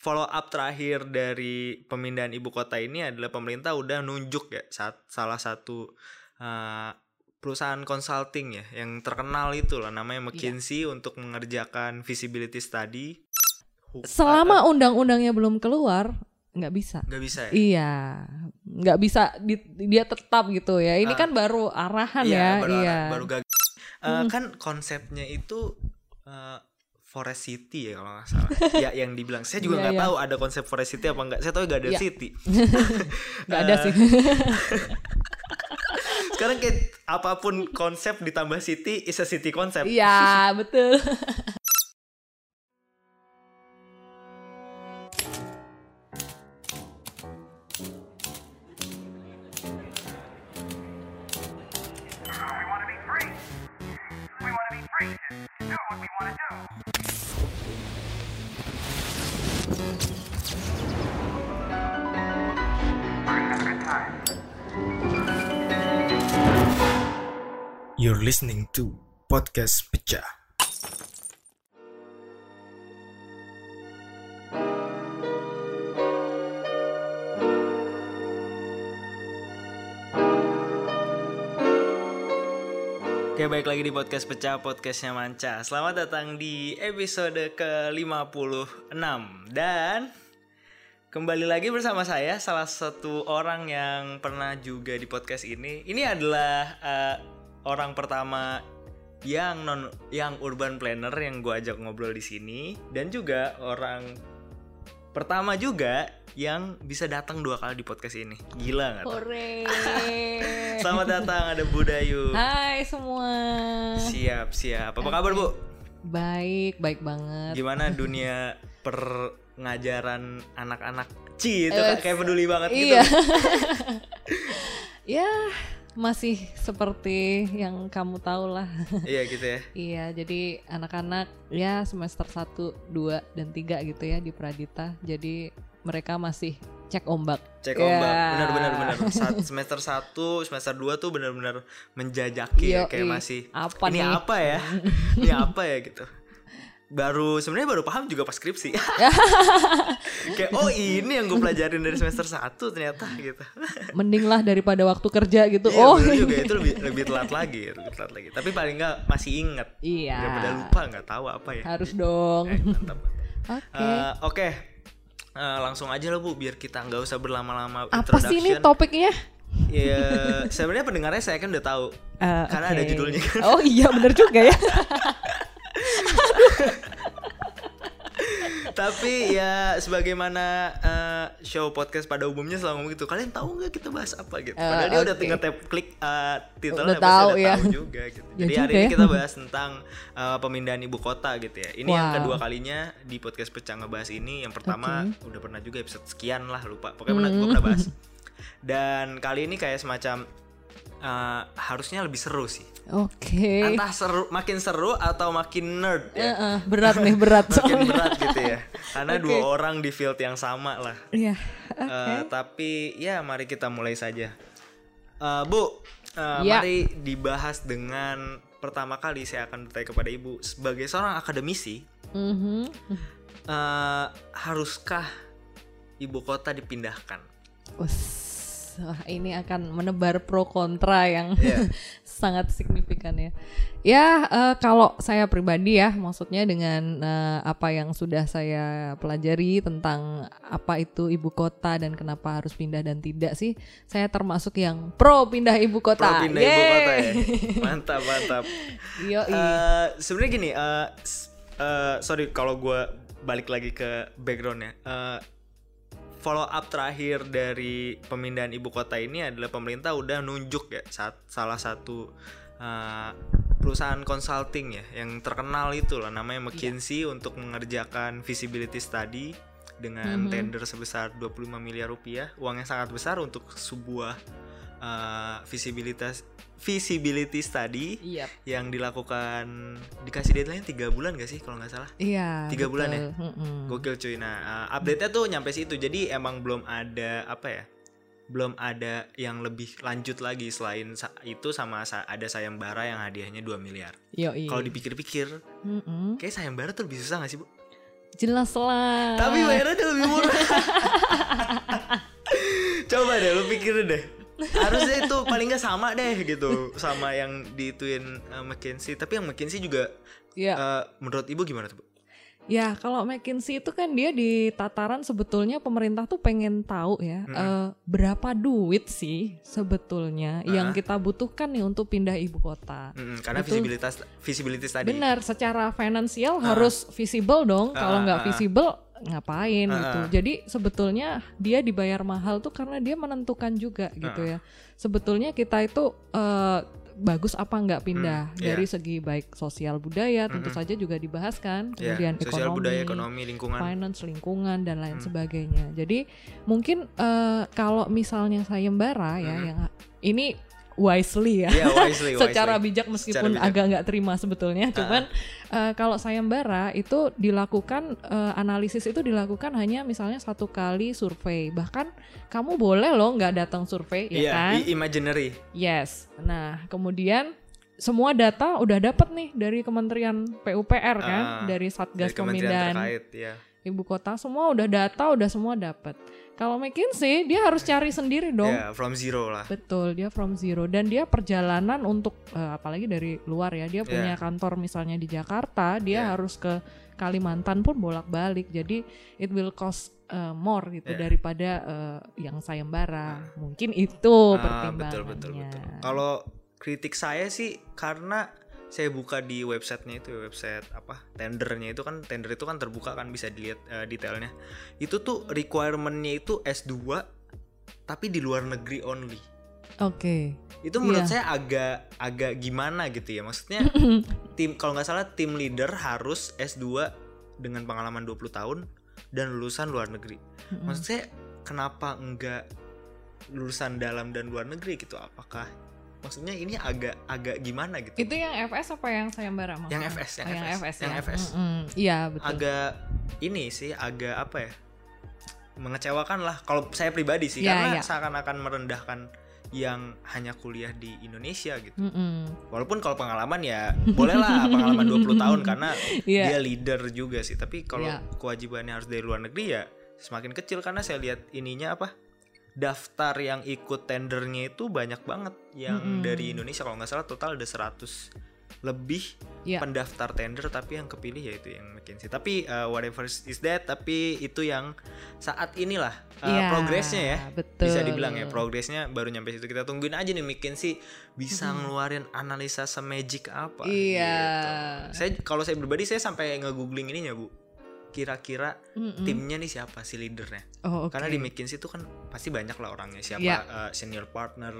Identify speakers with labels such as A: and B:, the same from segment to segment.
A: follow up terakhir dari pemindahan ibu kota ini adalah pemerintah udah nunjuk ya salah satu perusahaan consulting ya yang terkenal itu lah, namanya McKinsey, untuk mengerjakan feasibility study.
B: Selama undang-undangnya belum keluar nggak bisa
A: ya?
B: Iya, nggak bisa dia tetap gitu ya. Ini kan baru arahan
A: baru gagal. Kan konsepnya itu Forest City ya kalau nggak salah. Ya yang dibilang, saya juga nggak tahu ada konsep Forest City apa enggak. Saya tahu Garden City.
B: Nggak ada sih.
A: Sekarang kayak apapun konsep ditambah city is a city konsep.
B: Iya, betul.
A: You're listening to Podcast Pecah. Oke, baik lagi di Podcast Pecah, podcastnya Manca. Selamat datang di episode ke-56. Dan kembali lagi bersama saya, salah satu orang yang pernah juga di podcast ini. Ini adalah orang pertama yang urban planner yang gue ajak ngobrol di sini, dan juga orang pertama juga yang bisa datang 2 kali di podcast ini. Gila nggak?
B: Hore.
A: Selamat datang, ada Bu Dayu.
B: Hai semua.
A: Siap. Apa kabar, Bu?
B: Baik banget.
A: Gimana dunia pengajaran anak-anak? Itu kayak peduli banget gitu.
B: Iya. Ya, masih seperti yang kamu tahu lah.
A: Iya gitu ya.
B: Iya, jadi anak-anak ya semester 1, 2, dan 3 gitu ya di Pradita. Jadi mereka masih cek ombak. Benar. Semester 1, semester 2 tuh benar-benar menjajaki ya, kayak masih apa
A: ini apa ya gitu. Sebenarnya baru paham juga pas skripsi. Kayak ini yang gue pelajarin dari semester 1 ternyata gitu.
B: Mending lah daripada waktu kerja gitu.
A: Iya, bener juga, itu lebih telat lagi. Tapi paling enggak masih inget.
B: Iya.
A: Daripada lupa nggak tahu apa ya.
B: Harus dong.
A: Mantap.
B: Oke.
A: Langsung aja lah Bu, biar kita nggak usah berlama-lama
B: apa
A: introduction.
B: sih ini topiknya?
A: Ya sebenarnya pendengarnya saya kan udah tahu karena ada judulnya kan.
B: Oh iya, bener juga ya.
A: Tapi ya sebagaimana show podcast pada umumnya selalu ngomong gitu, kalian tahu nggak kita bahas apa gitu. Padahal dia udah tinggal klik titelnya, pasti
B: tahu,
A: udah tahu juga gitu. Jadi hari ini kita bahas tentang pemindahan ibu kota gitu ya. Ini yang kedua kalinya di podcast Pecah ngebahas ini. Yang pertama udah pernah juga episode sekian lah, lupa. Pokoknya gue pernah bahas. Dan kali ini kayak semacam harusnya lebih seru sih.
B: Oke.
A: Entah makin seru atau makin nerd ya.
B: Berat
A: makin
B: soalnya.
A: berat gitu ya. Karena 2 orang di field yang sama lah.
B: Iya.
A: Tapi ya mari kita mulai saja. Bu, mari dibahas dengan pertama kali saya akan bertanya kepada Ibu sebagai seorang akademisi. Haruskah ibu kota dipindahkan?
B: Wah, ini akan menebar pro kontra yang sangat signifikan ya. Ya, kalau saya pribadi ya, maksudnya dengan apa yang sudah saya pelajari tentang apa itu ibu kota dan kenapa harus pindah dan tidak sih, saya termasuk yang pro pindah ibu kota.
A: Pro pindah ibu kota ya. Mantap. Sebenarnya gini, sorry kalau gue balik lagi ke backgroundnya. Follow up terakhir dari pemindahan ibu kota ini adalah pemerintah udah nunjuk ya salah satu perusahaan consulting ya yang terkenal itu lah, namanya McKinsey, untuk mengerjakan feasibility study dengan tender sebesar 25 miliar rupiah, uang yang sangat besar untuk sebuah feasibility study yang dilakukan, dikasih deadline 3 bulan gak sih kalau nggak salah?
B: Iya.
A: 3 bulan ya. Gokil cuy. Nah, update-nya tuh nyampe situ. Jadi emang belum ada belum ada yang lebih lanjut lagi selain itu, sama ada sayembara yang hadiahnya 2 miliar. Kalau dipikir-pikir, kayak sayembara tuh lebih susah gak sih Bu?
B: Jelas lah.
A: Tapi bayarnya lebih murah. Coba deh lu pikirin deh. Harusnya itu paling nggak sama deh gitu sama yang diituin McKinsey. Tapi yang McKinsey juga menurut ibu gimana tuh, Bu?
B: Ya kalau McKinsey itu kan dia di tataran sebetulnya pemerintah tuh pengen tahu ya berapa duit sih sebetulnya yang kita butuhkan nih untuk pindah ibu kota.
A: Karena visibilitas tadi.
B: Benar, secara finansial harus visible dong. Kalau nggak visible ngapain gitu. Jadi sebetulnya dia dibayar mahal tuh karena dia menentukan juga gitu ya. Sebetulnya kita itu bagus apa nggak pindah dari segi baik sosial budaya tentu saja juga dibahas kan, kemudian
A: sosial budaya, ekonomi, lingkungan,
B: finance, lingkungan dan lain sebagainya. Jadi mungkin kalau misalnya sayembara ya yang ini wisely ya, secara bijak meskipun agak nggak terima sebetulnya. Cuman kalau sayembara itu dilakukan analisis itu dilakukan hanya misalnya 1 kali survei. Bahkan kamu boleh loh nggak datang survei, ya kan?
A: Imaginary.
B: Yes. Nah kemudian semua data udah dapat nih dari Kementerian PUPR kan, dari Satgas Pemindahan Ibu Kota, semua udah data, udah semua dapat. Kalau McKinsey dia harus cari sendiri dong.
A: From zero lah.
B: Betul, dia from zero dan dia perjalanan untuk apalagi dari luar ya. Dia punya kantor misalnya di Jakarta, dia harus ke Kalimantan pun bolak-balik. Jadi it will cost more gitu daripada yang sayembara. Mungkin itu pertimbangannya. Betul.
A: Kalau kritik saya sih karena saya buka di websitenya itu, website tendernya itu kan, tender itu kan terbuka kan, bisa dilihat detailnya. Itu tuh requirementnya itu S2 tapi di luar negeri only.
B: Oke.
A: Itu menurut saya agak gimana gitu ya. Maksudnya kalau nggak salah tim leader harus S2 dengan pengalaman 20 tahun dan lulusan luar negeri. Maksud saya kenapa enggak lulusan dalam dan luar negeri gitu? Apakah maksudnya ini agak gimana gitu?
B: Itu yang FS apa yang sayembara maksudnya?
A: Yang FS.
B: Iya betul.
A: Agak ini sih agak apa ya? Mengecewakan lah kalau saya pribadi sih, karena seakan-akan merendahkan yang hanya kuliah di Indonesia gitu. Walaupun kalau pengalaman ya bolehlah pengalaman 20 tahun karena dia leader juga sih. Tapi kalau kewajibannya harus dari luar negeri ya semakin kecil, karena saya lihat ininya daftar yang ikut tendernya itu banyak banget yang dari Indonesia. Kalau nggak salah total ada 100 lebih pendaftar tender, tapi yang kepilih yaitu yang McKinsey. Tapi whatever is that, tapi itu yang saat inilah progresnya ya. Betul. Bisa dibilang ya progresnya baru nyampe situ. Kita tungguin aja nih McKinsey bisa ngeluarin analisa se-magic apa gitu. Kalau saya pribadi saya sampai nge-googling ininya, Bu. Kira-kira timnya nih siapa sih leadernya? Karena di McKinsey itu kan pasti banyak lah orangnya, siapa senior partner,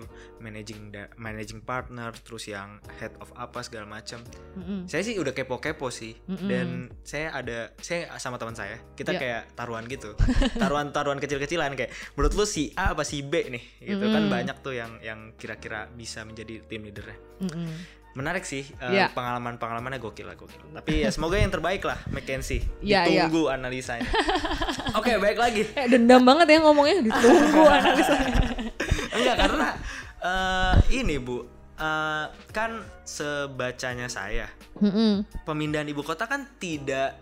A: managing partner, terus yang head of apa segala macam. Saya sih udah kepo sih. Dan saya sama teman saya, kita kayak taruhan gitu. Taruhan kecil-kecilan kayak menurut lu si A apa si B nih? Gitu kan banyak tuh yang kira-kira bisa menjadi tim leadernya. Menarik sih, pengalaman-pengalamannya gokil. Tapi ya semoga yang terbaik lah McKinsey. Ditunggu analisanya. Oke, baik lagi.
B: Dendam banget ya ngomongnya, ditunggu analisanya.
A: Enggak, karena ini Bu, kan sebacanya saya, pemindahan ibu kota kan tidak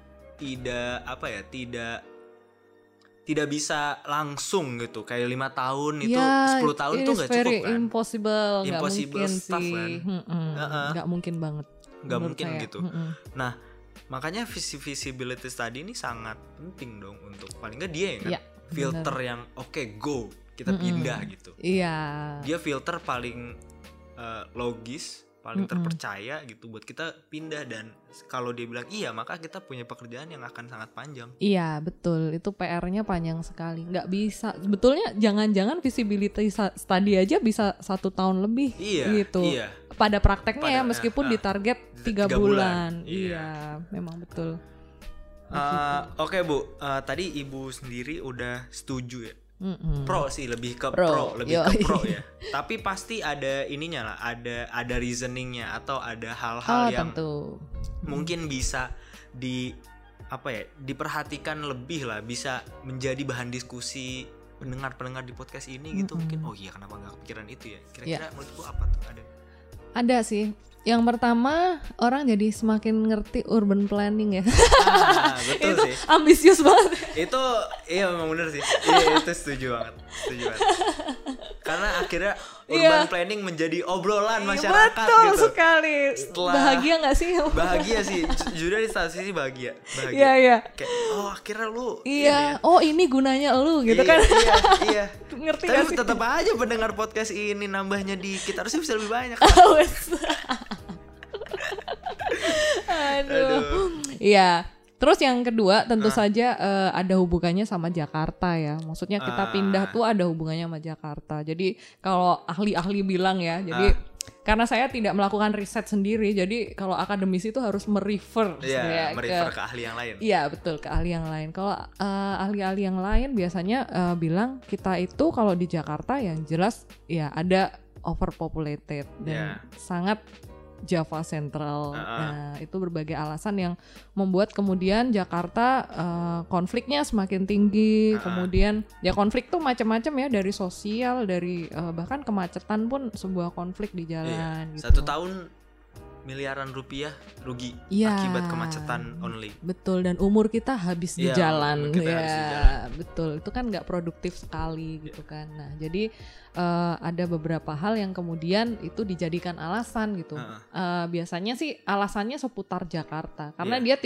A: tidak bisa langsung gitu, kayak 5 tahun itu 10 tahun tuh nggak cukup kan? Impossible
B: stuff kan? Nggak mungkin banget.
A: Nggak mungkin saya. Gitu. Nah makanya visibility study ini sangat penting dong untuk paling nggak dia kan filter bener. Yang go kita pindah gitu. Iya. Dia filter paling logis, paling terpercaya gitu buat kita pindah, dan kalau dia bilang iya maka kita punya pekerjaan yang akan sangat panjang.
B: Iya betul, itu PR-nya panjang sekali. Nggak bisa sebetulnya, jangan-jangan visibility study aja bisa 1 tahun lebih gitu. Iya. Pada prakteknya meskipun ditarget 3 bulan. Iya memang betul.
A: Oke Bu, tadi Ibu sendiri udah setuju ya. Pro sih, lebih ke pro ya. Tapi pasti ada ininya lah, ada reasoningnya atau ada hal-hal yang tentu mungkin bisa diperhatikan lebih lah, bisa menjadi bahan diskusi pendengar di podcast ini gitu. Mungkin kenapa nggak kepikiran itu ya? Kira-kira menurutku apa tuh ada?
B: Ada sih. Yang pertama, orang jadi semakin ngerti urban planning ya.
A: Betul
B: itu
A: sih.
B: Ambisius banget.
A: Itu iya memang bener sih. Iya itu setuju banget. Karena akhirnya urban planning menjadi obrolan masyarakat
B: betul
A: gitu.
B: sekali. Bahagia gak sih?
A: Bahagia sih. Jujur di satu sisi bahagia.
B: Iya.
A: Kayak akhirnya lu.
B: Iya. Ini gunanya lu gitu kan.
A: Iya.
B: Ngerti
A: tapi
B: gak sih?
A: tetap aja pendengar podcast ini nambahnya dikit, harusnya bisa lebih banyak.
B: Aduh. Iya. Terus yang kedua tentu saja ada hubungannya sama Jakarta ya. Maksudnya kita pindah tuh ada hubungannya sama Jakarta. Jadi kalau ahli-ahli bilang ya, jadi karena saya tidak melakukan riset sendiri, jadi kalau akademisi itu harus merefer
A: ke ahli yang lain.
B: Iya betul, ke ahli yang lain. Kalau ahli-ahli yang lain biasanya bilang kita itu kalau di Jakarta yang jelas ya ada overpopulated dan sangat Java Central. Nah, itu berbagai alasan yang membuat kemudian Jakarta konfliknya semakin tinggi. Kemudian ya konflik tuh macam-macam ya, dari sosial, dari bahkan kemacetan pun sebuah konflik di jalan gitu.
A: 1 tahun miliaran rupiah rugi akibat kemacetan only.
B: Betul, dan umur kita habis di jalan
A: habis di jalan.
B: Betul, itu kan nggak produktif sekali gitu kan. Nah jadi ada beberapa hal yang kemudian itu dijadikan alasan gitu. Biasanya sih alasannya seputar Jakarta karena dia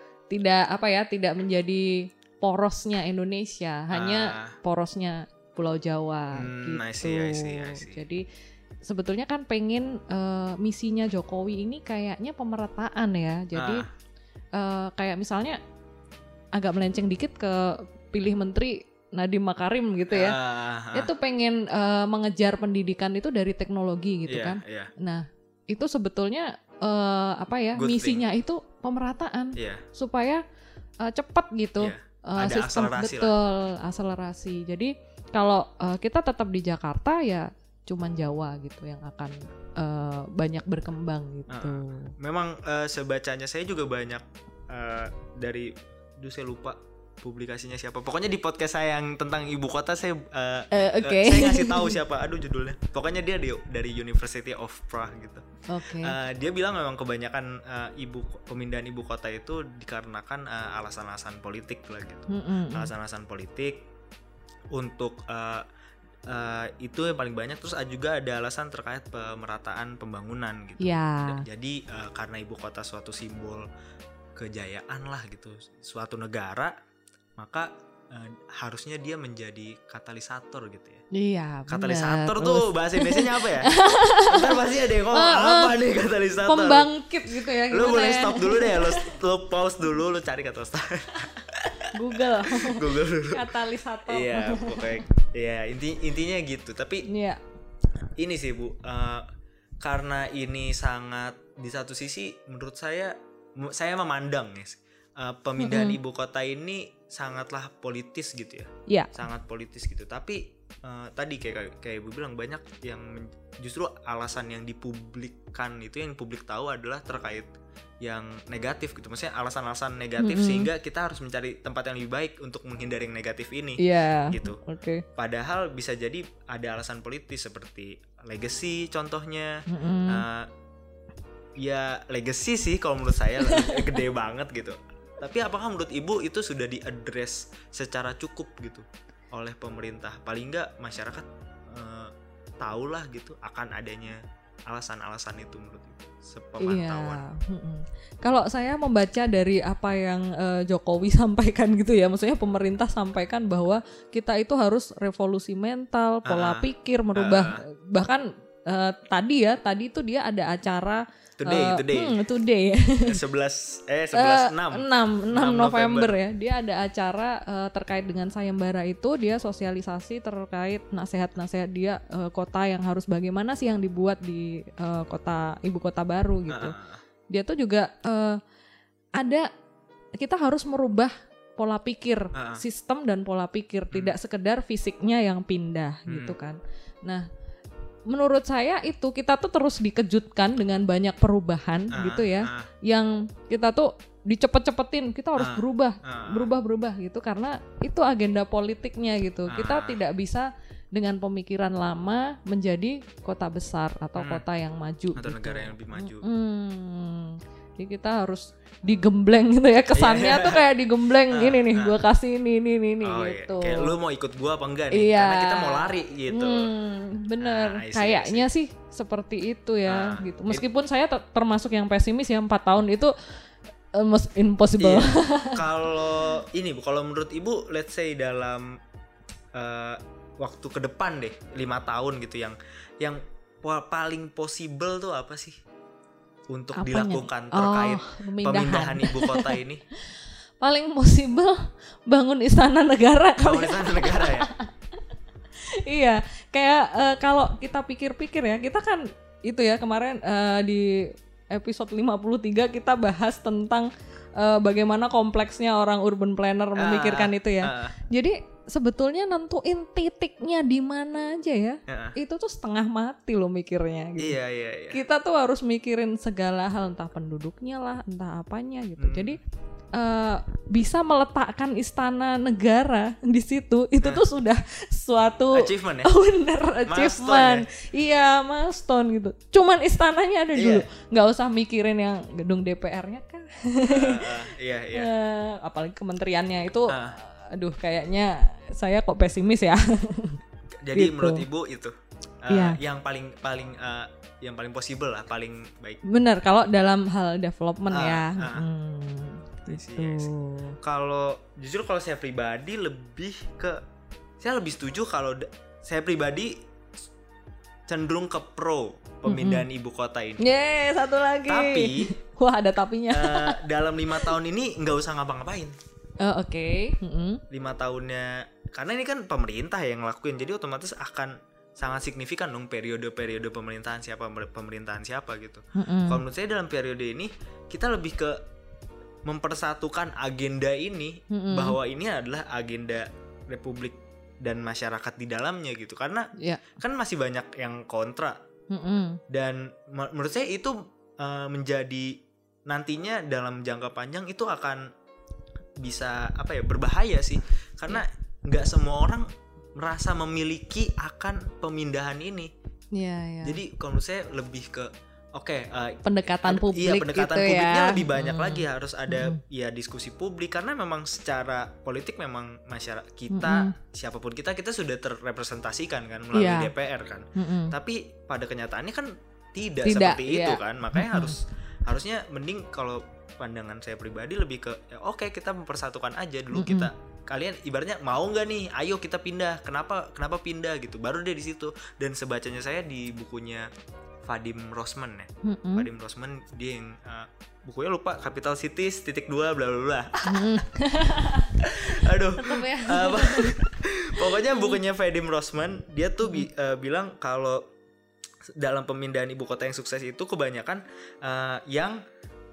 B: tidak menjadi porosnya Indonesia, hanya porosnya Pulau Jawa gitu.
A: I see.
B: Jadi sebetulnya kan pengen misinya Jokowi ini kayaknya pemerataan ya. Jadi kayak misalnya agak melenceng dikit ke pilih menteri Nadiem Makarim gitu ya. Dia tuh pengen mengejar pendidikan itu dari teknologi gitu kan. Nah, itu sebetulnya misinya itu pemerataan supaya cepat gitu.
A: Ada
B: sistem
A: akselerasi
B: akselerasi. Jadi kalau kita tetap di Jakarta ya cuman Jawa gitu yang akan banyak berkembang gitu.
A: Memang sebacanya saya juga banyak dari saya lupa publikasinya siapa. Pokoknya di podcast saya yang tentang ibu kota saya saya ngasih tahu siapa. Judulnya. Pokoknya dia dari University of Prague gitu. Dia bilang memang kebanyakan pemindahan ibu kota itu dikarenakan alasan-alasan politik lah gitu. Alasan-alasan politik untuk itu yang paling banyak. Terus juga ada alasan terkait pemerataan pembangunan gitu. Jadi karena ibu kota suatu simbol kejayaan lah gitu suatu negara, maka harusnya dia menjadi katalisator gitu ya.
B: Iya,
A: katalisator tuh bahasa Indonesianya apa ya? Ntar pasti ada yang ngomong apa nih katalisator.
B: Pembangkit gitu ya.
A: Lu boleh stop dulu deh, lu pause dulu, lu cari katalisator.
B: Google
A: dulu.
B: Katalisator.
A: Iya, pokoknya ya intinya gitu. Tapi ini sih Bu, karena ini sangat di satu sisi menurut saya memandang ya pemindahan ibu kota ini sangatlah politis gitu ya. Sangat politis gitu. Tapi tadi kayak Ibu bilang banyak yang justru alasan yang dipublikkan itu yang publik tahu adalah terkait yang negatif gitu. Maksudnya alasan-alasan negatif sehingga kita harus mencari tempat yang lebih baik untuk menghindari yang negatif ini gitu. Padahal bisa jadi ada alasan politis seperti legacy contohnya. Ya legacy sih kalau menurut saya gede banget gitu. Tapi apakah menurut Ibu itu sudah diadres secara cukup gitu oleh pemerintah? Paling enggak masyarakat tahulah gitu akan adanya alasan-alasan itu menurut Ibu sepemantauan.
B: Kalau saya membaca dari apa yang Jokowi sampaikan gitu ya, maksudnya pemerintah sampaikan bahwa kita itu harus revolusi mental, pola pikir, merubah bahkan tadi itu dia ada acara Today 6 November ya. Dia ada acara terkait dengan sayembara itu, dia sosialisasi terkait nasihat-nasihat dia kota yang harus bagaimana sih yang dibuat di ibu kota baru gitu. Dia tuh juga kita harus merubah pola pikir, sistem dan pola pikir, tidak sekedar fisiknya yang pindah gitu kan. Nah, menurut saya itu kita tuh terus dikejutkan dengan banyak perubahan gitu ya, yang kita tuh dicepet-cepetin, kita harus berubah gitu karena itu agenda politiknya gitu. Kita tidak bisa dengan pemikiran lama menjadi kota besar atau kota yang maju
A: atau
B: gitu.
A: negara yang lebih maju.
B: Jadi kita harus digembleng gitu ya, kesannya tuh kayak digembleng, ini nih gue kasih ini gitu.
A: Kayak lu mau ikut gua apa enggak nih? Karena kita mau lari gitu.
B: Bener, kayaknya sih seperti itu ya gitu. Meskipun saya termasuk yang pesimis ya, 4 tahun itu almost impossible.
A: Kalau ini Bu, kalau menurut Ibu let's say dalam waktu ke depan deh 5 tahun gitu yang paling possible tuh apa sih untuk dilakukan terkait pemindahan ibu kota ini?
B: Paling possible bangun istana negara.
A: Bangun istana negara ya.
B: Iya, kayak kalau kita pikir-pikir ya, kita kan itu ya kemarin di episode 53 kita bahas tentang bagaimana kompleksnya orang urban planner memikirkan itu ya. Jadi sebetulnya nentuin titiknya di mana aja ya, itu tuh setengah mati loh mikirnya gitu.
A: Iya.
B: Kita tuh harus mikirin segala hal, entah penduduknya lah, entah apanya gitu. Jadi bisa meletakkan istana negara di situ itu tuh sudah suatu
A: achievement ya.
B: Bener, achievement. Iya, milestone gitu. Cuman istananya ada dulu, nggak usah mikirin yang gedung DPR-nya kan.
A: Iya.
B: Apalagi kementeriannya itu. Aduh, kayaknya saya kok pesimis ya.
A: Jadi
B: gitu.
A: menurut Ibu itu yang paling yang paling possible lah, paling baik.
B: Benar, kalau dalam hal development ya. Gitu.
A: Kalau jujur kalau saya pribadi saya lebih setuju kalau saya pribadi cenderung ke pro pemindahan ibu kota ini.
B: Satu lagi.
A: Tapi
B: wah, ada tapinya.
A: Dalam 5 tahun ini nggak usah ngapa-ngapain.
B: Oke.
A: 5 tahunnya, karena ini kan pemerintah yang ngelakuin, jadi otomatis akan sangat signifikan dong periode-periode pemerintahan siapa gitu. Kalau menurut saya dalam periode ini kita lebih ke mempersatukan agenda ini, bahwa ini adalah agenda Republik dan masyarakat di dalamnya gitu, karena kan masih banyak yang kontra. Dan menurut saya itu menjadi nantinya dalam jangka panjang itu akan bisa berbahaya sih, karena nggak semua orang merasa memiliki akan pemindahan ini. Jadi kalau menurut saya lebih ke
B: pendekatan publik,
A: pendekatan
B: gitu
A: publiknya
B: ya.
A: lebih banyak lagi, harus ada diskusi publik, karena memang secara politik memang masyarakat kita, siapapun kita sudah terrepresentasikan kan melalui DPR kan. Tapi pada kenyataannya kan tidak seperti itu kan, makanya harusnya mending, kalau pandangan saya pribadi lebih ke kita mempersatukan aja dulu. Kalian ibaratnya mau nggak nih, ayo kita pindah, kenapa pindah gitu, baru deh di situ. Dan sebacanya saya di bukunya Vadim Rosman ya. Vadim Rosman, dia yang bukunya lupa, Capital Cities .2 bla bla bla. Aduh. Pokoknya bukunya Vadim Rosman, dia tuh bilang kalau dalam pemindahan ibu kota yang sukses itu kebanyakan yang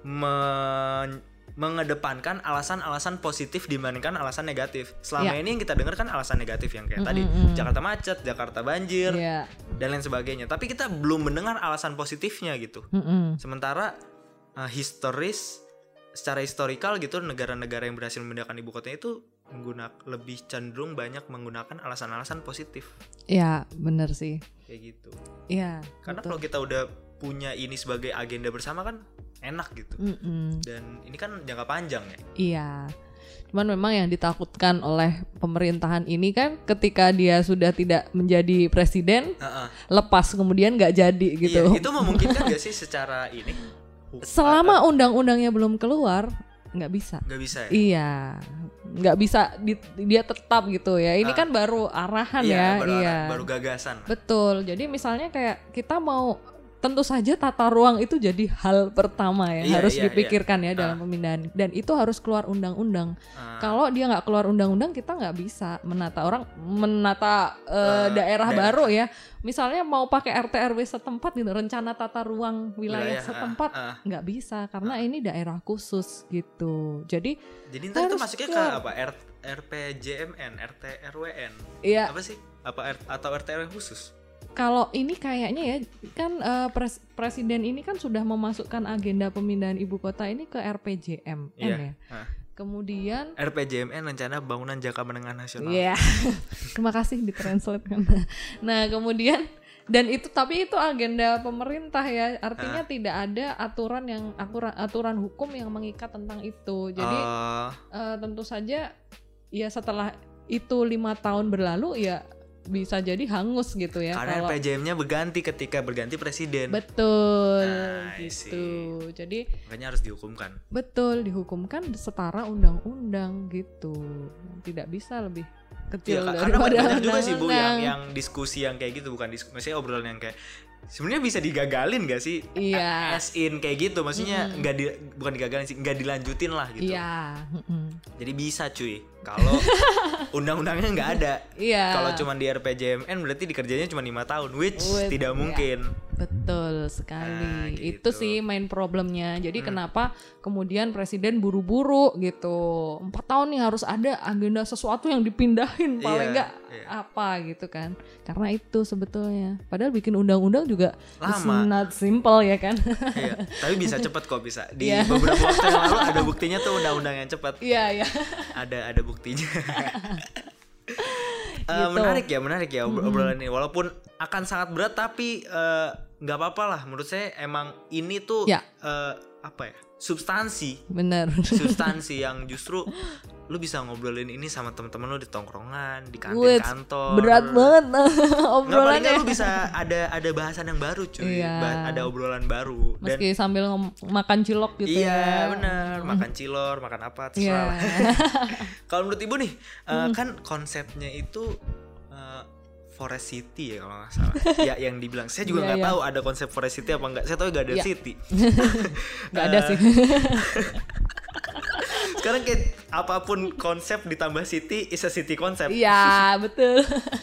A: mengedepankan alasan-alasan positif dibandingkan alasan negatif. Selama ini yang kita dengar kan alasan negatif, yang kayak tadi Jakarta macet, Jakarta banjir, dan lain sebagainya. Tapi kita belum mendengar alasan positifnya gitu. Sementara secara historikal gitu, negara-negara yang berhasil memindahkan ibu kotanya itu lebih cenderung banyak menggunakan alasan-alasan positif.
B: Iya, benar sih.
A: Kayak gitu.
B: Iya.
A: Karena kalau kita udah punya ini sebagai agenda bersama kan enak gitu. Dan ini kan jangka panjang ya.
B: Iya. Cuman memang yang ditakutkan oleh pemerintahan ini kan ketika dia sudah tidak menjadi presiden, lepas kemudian nggak jadi gitu.
A: Iya, itu memungkinkan nggak sih secara ini?
B: Selama undang-undangnya belum keluar, nggak bisa.
A: Nggak bisa ya?
B: Iya, nggak bisa dia tetap gitu ya. Ini kan baru arahan
A: baru gagasan.
B: Betul. Jadi misalnya kayak kita mau, tentu saja tata ruang itu jadi hal pertama ya, harus dipikirkan ya dalam pemindahan, dan itu harus keluar undang-undang. Kalau dia nggak keluar undang-undang, kita nggak bisa menata daerah baru ya. Misalnya mau pakai RT RW setempat gitu, rencana tata ruang wilayah setempat, nggak bisa karena ini daerah khusus gitu. Jadi
A: ntar itu masuknya ke apa? RPJMN, RT RWN, apa sih? Atau RT RW khusus?
B: Kalau ini kayaknya ya kan presiden ini kan sudah memasukkan agenda pemindahan ibu kota ini ke RPJMN ya. Kemudian
A: RPJMN rencana pembangunan jangka menengah nasional.
B: Iya. Terima kasih ditranslate kan. Nah, kemudian dan itu agenda pemerintah ya. Artinya tidak ada aturan hukum yang mengikat tentang itu. Jadi tentu saja ya setelah itu 5 tahun berlalu ya bisa jadi hangus gitu ya.
A: Karena RPJM-nya berganti ketika berganti presiden.
B: Betul, gitu. Jadi
A: makanya harus dihukumkan.
B: Betul, dihukumkan setara undang-undang gitu. Tidak bisa lebih kecil
A: ya,
B: daripada
A: karena banyak juga sih Bu yang diskusi yang kayak gitu, bukan diskusi, maksudnya obrolan yang kayak sebenarnya bisa digagalin gak sih?
B: Iya.
A: As in kayak gitu, maksudnya bukan digagalin sih, nggak dilanjutin lah gitu.
B: Iya.
A: Jadi bisa cuy, kalau undang-undangnya nggak ada.
B: Iya.
A: Kalau cuma di RPJMN berarti dikerjanya cuma 5 tahun, which tidak mungkin.
B: Betul sekali.
A: Gitu.
B: Itu sih main problemnya. Jadi kenapa kemudian presiden buru-buru gitu. 4 tahun nih harus ada agenda sesuatu yang dipindahin paling enggak apa gitu kan. Karena itu sebetulnya. Padahal bikin undang-undang juga
A: lama.
B: Not simple ya kan.
A: Iya, tapi bisa cepat kok bisa. Di beberapa waktu yang lalu ada buktinya tuh undang-undang yang cepat.
B: Iya.
A: Ada buktinya. Gitu. Menarik ya obrolan ini. Walaupun akan sangat berat tapi nggak apa-apa lah. Menurut saya emang ini tuh substansi.
B: Bener.
A: Substansi yang justru lu bisa ngobrolin ini sama teman-teman lu di tongkrongan, di kantin kantor.
B: Berat banget obrolannya.
A: Lu bisa ada bahasan yang baru cuy. Ada obrolan baru.
B: Meski sambil makan cilok gitu ya.
A: Iya benar, makan cilor, makan apa terserah. Kalau menurut Ibu nih, kan konsepnya itu Forest City ya kalau nggak salah. Ya yang dibilang, saya juga nggak tahu ada konsep Forest City apa enggak. Saya tahu Garden City.
B: Nggak ada sih.
A: Sekarang kayak apapun konsep ditambah city is a city konsep.
B: Iya betul.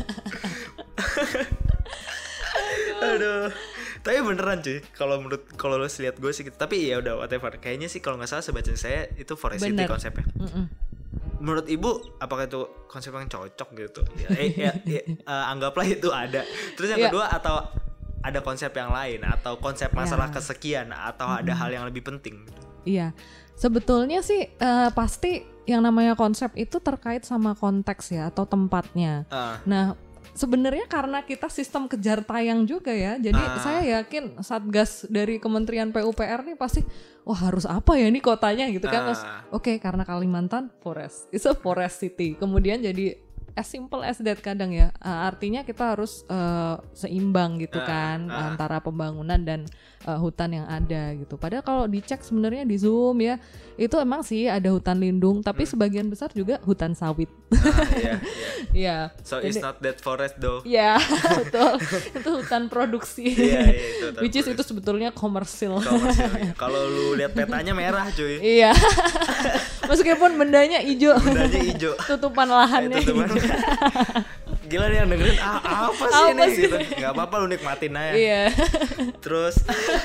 A: Aduh. Tapi beneran cuy, kalau lo lihat gue sih gitu. Tapi ya udah whatever. Kayaknya sih kalau nggak salah sebaca saya itu Forest City konsepnya. Menurut Ibu apakah itu konsep yang cocok gitu? Anggaplah itu ada. Terus yang kedua, atau ada konsep yang lain, atau konsep masalah kesekian, atau ada hal yang lebih penting?
B: Iya. Sebetulnya sih pasti yang namanya konsep itu terkait sama konteks ya atau tempatnya. Nah, sebenarnya karena kita sistem kejar tayang juga ya. Jadi saya yakin Satgas dari Kementerian PUPR nih pasti harus apa ya nih kotanya gitu kan. Oke, karena Kalimantan forest. It's a forest city. Kemudian jadi as simple as that kadang ya. Artinya kita harus seimbang gitu kan antara pembangunan dan hutan yang ada gitu. Padahal kalau dicek sebenarnya di Zoom ya, itu emang sih ada hutan lindung, tapi sebagian besar juga hutan sawit. Iya.
A: So it's not that forest though.
B: Iya, betul. Itu hutan produksi.
A: Itu
B: which is itu sebetulnya komersil.
A: Ya. Kalau lu lihat petanya merah cuy.
B: Iya. Meskipun bendanya hijau. Tutupan lahannya.
A: Gila nih yang dengerin apa sih ini gitu. Gak apa-apa lu nikmatin aja.
B: Iya.
A: Terus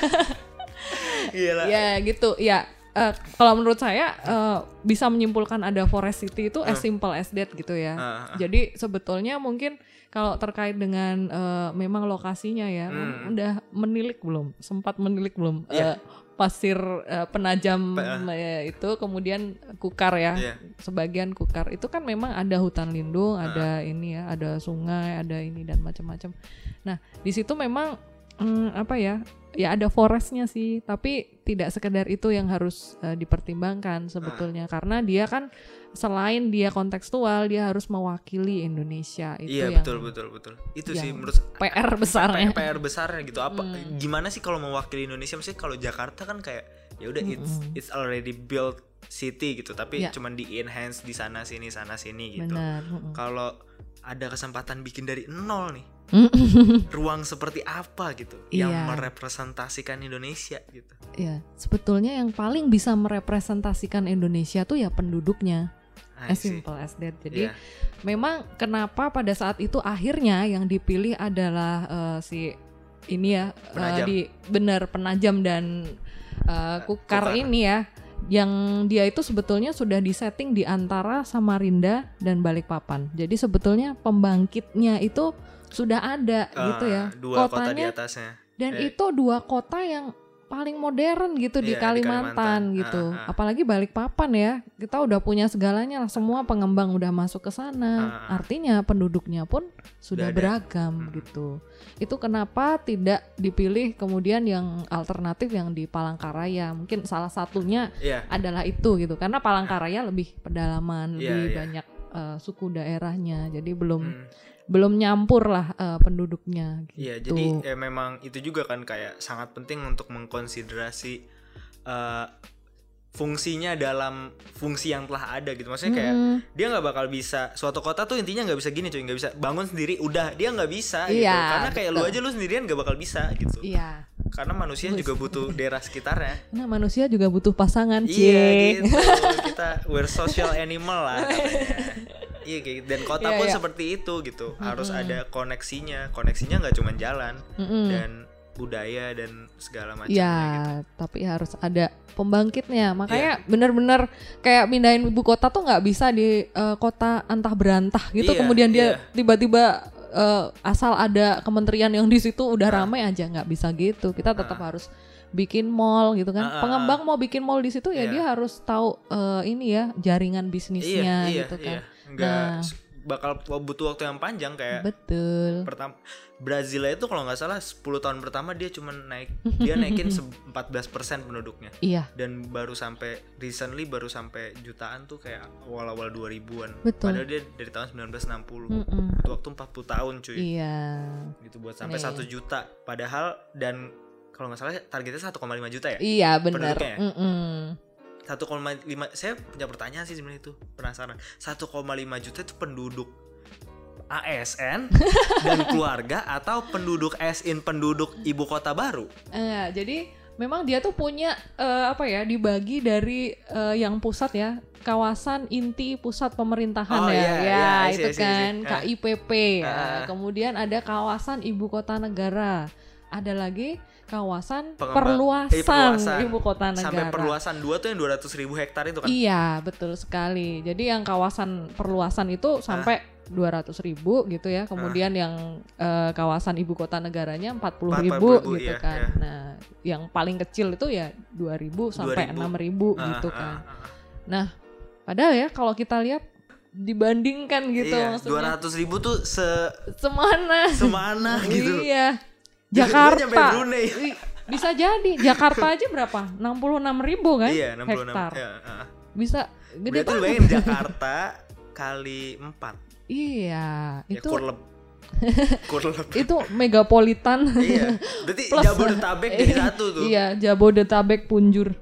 A: gila.
B: Ya gitu. Ya kalau menurut saya bisa menyimpulkan ada forest city itu as simple as that gitu ya. Jadi sebetulnya mungkin kalau terkait dengan memang lokasinya ya, udah sempat menilik belum pasir penajam itu, kemudian kukar ya, sebagian kukar itu kan memang ada hutan lindung, ada ini ya, ada sungai, ada ini dan macam-macam. Nah di situ memang ya ada forestnya sih, tapi tidak sekedar itu yang harus dipertimbangkan sebetulnya, karena dia kan selain dia kontekstual, dia harus mewakili Indonesia. Itu yang
A: betul. Itu sih menurut
B: PR besarnya.
A: PR besarnya gitu. Gimana sih kalau mewakili Indonesia? Maksudnya kalau Jakarta kan kayak ya udah it's already built city gitu, tapi cuman di enhance di sana sini gitu. Kalau ada kesempatan bikin dari nol nih, ruang seperti apa gitu yang merepresentasikan Indonesia gitu. Iya,
B: sebetulnya yang paling bisa merepresentasikan Indonesia tuh ya penduduknya. As simple as that. Jadi memang kenapa pada saat itu akhirnya yang dipilih adalah si ini ya, penajam dan kukar ini ya, yang dia itu sebetulnya sudah disetting di antara Samarinda dan Balikpapan. Jadi sebetulnya pembangkitnya itu sudah ada gitu ya,
A: dua kota di atasnya.
B: Dan itu dua kota yang paling modern gitu di
A: Iya, di
B: Kalimantan
A: Kalimantan.
B: gitu. Apalagi Balikpapan ya, kita udah punya segalanya lah, semua pengembang udah masuk ke sana. Artinya penduduknya pun sudah
A: Udah ada.
B: beragam gitu. Itu kenapa tidak dipilih kemudian yang alternatif yang di Palangkaraya? Mungkin salah satunya
A: Iya.
B: adalah itu gitu, karena Palangkaraya lebih pedalaman,
A: Iya,
B: lebih
A: iya.
B: banyak suku daerahnya, jadi belum nyampur lah penduduknya gitu.
A: Iya, jadi ya memang itu juga kan kayak sangat penting untuk mengkonsiderasi fungsinya dalam fungsi yang telah ada gitu. Maksudnya kayak dia nggak bakal bisa, suatu kota tuh intinya nggak bisa gini cuy, nggak bisa bangun sendiri udah, dia nggak bisa gitu.
B: Iya,
A: Karena kayak lu aja lu sendirian nggak bakal bisa gitu.
B: Iya.
A: Karena manusia juga butuh daerah sekitarnya.
B: Nah, manusia juga butuh pasangan,
A: Iya gitu. Kita we're social animal lah katanya. Iya kayak gitu. Dan kota
B: Iya,
A: pun
B: iya.
A: seperti itu gitu. Harus ada koneksinya. Koneksinya nggak cuma jalan dan budaya dan segala macamnya
B: Ya,
A: gitu.
B: tapi harus ada pembangkitnya. Makanya benar-benar kayak pindahin ibu kota tuh nggak bisa di kota antah berantah gitu.
A: Iya,
B: Kemudian dia
A: iya.
B: tiba-tiba asal ada kementerian yang di situ udah ramai aja, nggak bisa gitu. Kita tetap harus bikin mall gitu kan. Pengembang mau bikin mall di situ ya
A: Iya.
B: dia harus tahu ini ya jaringan bisnisnya gitu kan.
A: Nggak bakal butuh waktu yang panjang kayak
B: Betul.
A: pertama Brazil itu kalau nggak salah 10 tahun pertama dia cuma dia naikin 14% penduduknya.
B: Iya.
A: Dan baru sampai recently baru sampai jutaan tuh kayak awal-awal 2000-an.
B: Betul.
A: Padahal dia dari tahun 1960. Butuh waktu 40 tahun cuy.
B: Iya.
A: Gitu buat sampai 1 juta. Padahal dan kalau nggak salah targetnya 1,5 juta ya.
B: Iya benar.
A: Penduduknya ya? 1,5, saya punya pertanyaan sih sebenarnya itu, penasaran. 1,5 juta itu penduduk ASN dan keluarga atau penduduk penduduk ibu kota baru?
B: Jadi memang dia tuh punya dibagi dari yang pusat ya, kawasan inti pusat pemerintahan itu kan KIPP. Kemudian ada kawasan ibu kota negara. Ada lagi kawasan perluasan ibu kota negara.
A: Sampai perluasan 2 tuh yang 200.000 hektar itu kan?
B: Iya, betul sekali. Jadi yang kawasan perluasan itu sampai 200.000 gitu ya. Kemudian yang kawasan ibu kota negaranya 40.000 gitu kan.
A: Iya.
B: Nah, yang paling kecil itu ya 2.000 sampai 6.000 gitu kan. Nah, padahal ya kalau kita lihat dibandingkan gitu maksudnya
A: 200.000 tuh
B: semana
A: gitu.
B: Iya.
A: Jakarta
B: bisa jadi Jakarta aja berapa? 66.000 kan?
A: Iya, 66
B: hektar.
A: Ya,
B: Bisa gede
A: berarti
B: banget.
A: bayangin Jakarta kali 4.
B: Iya,
A: Ya,
B: itu
A: kurleb.
B: itu megapolitan.
A: Iya. Berarti
B: Plus,
A: Jabodetabek jadi satu tuh.
B: Iya, Jabodetabek Punjur.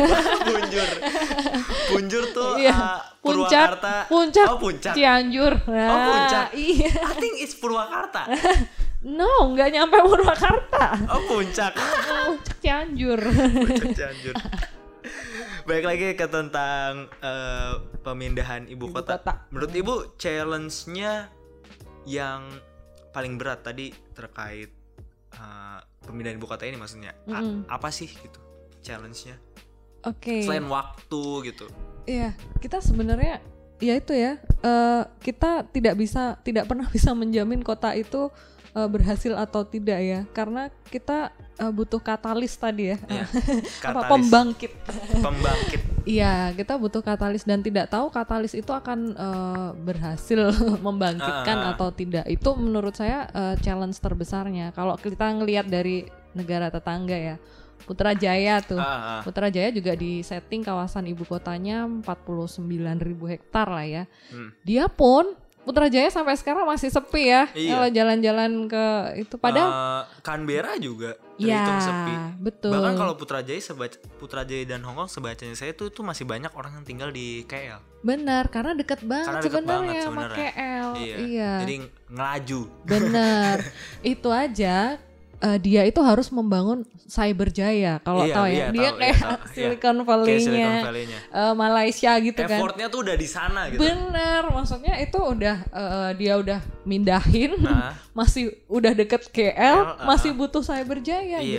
A: Punjur tuh
B: Puncak,
A: Purwakarta. Puncak.
B: Cianjur. Nah,
A: Puncak.
B: Iya.
A: I think it's Purwakarta.
B: No, nggak nyampe Purwakarta.
A: Puncak.
B: Puncak Cianjur.
A: Puncak Cianjur. Baik lagi ke tentang pemindahan ibu kota. Menurut Ibu challenge-nya yang paling berat tadi terkait pemindahan ibu kota ini maksudnya apa sih gitu challenge-nya?
B: Oke.
A: Selain waktu gitu.
B: Iya, kita sebenarnya ya itu ya, kita tidak pernah bisa menjamin kota itu berhasil atau tidak ya, karena kita butuh katalis tadi ya,
A: Katalis.
B: pembangkit.
A: Iya,
B: kita butuh katalis dan tidak tahu katalis itu akan berhasil membangkitkan atau tidak. Itu menurut saya challenge terbesarnya. Kalau kita ngelihat dari negara tetangga ya, Putrajaya tuh. Putrajaya juga di setting kawasan ibu kotanya 49.000 hektar lah ya. Dia pun Putrajaya sampai sekarang masih sepi ya. Kalau jalan-jalan ke itu padahal
A: Canberra juga terhitung sepi.
B: Betul.
A: Bahkan kalau Putrajaya dan Hong Kong sebacanya saya tuh masih banyak orang yang tinggal di KL.
B: Benar, karena dekat banget sebenarnya sama KL. Iya.
A: Jadi ngelaju.
B: Benar. Itu aja dia itu harus membangun Cyberjaya kalau tahu ya. Dia
A: tahu,
B: kayak Silicon Valley-nya, Malaysia gitu kan.
A: Effortnya tuh udah di sana gitu.
B: Bener, maksudnya itu udah dia udah mindahin, masih udah deket KL, masih butuh Cyberjaya gitu.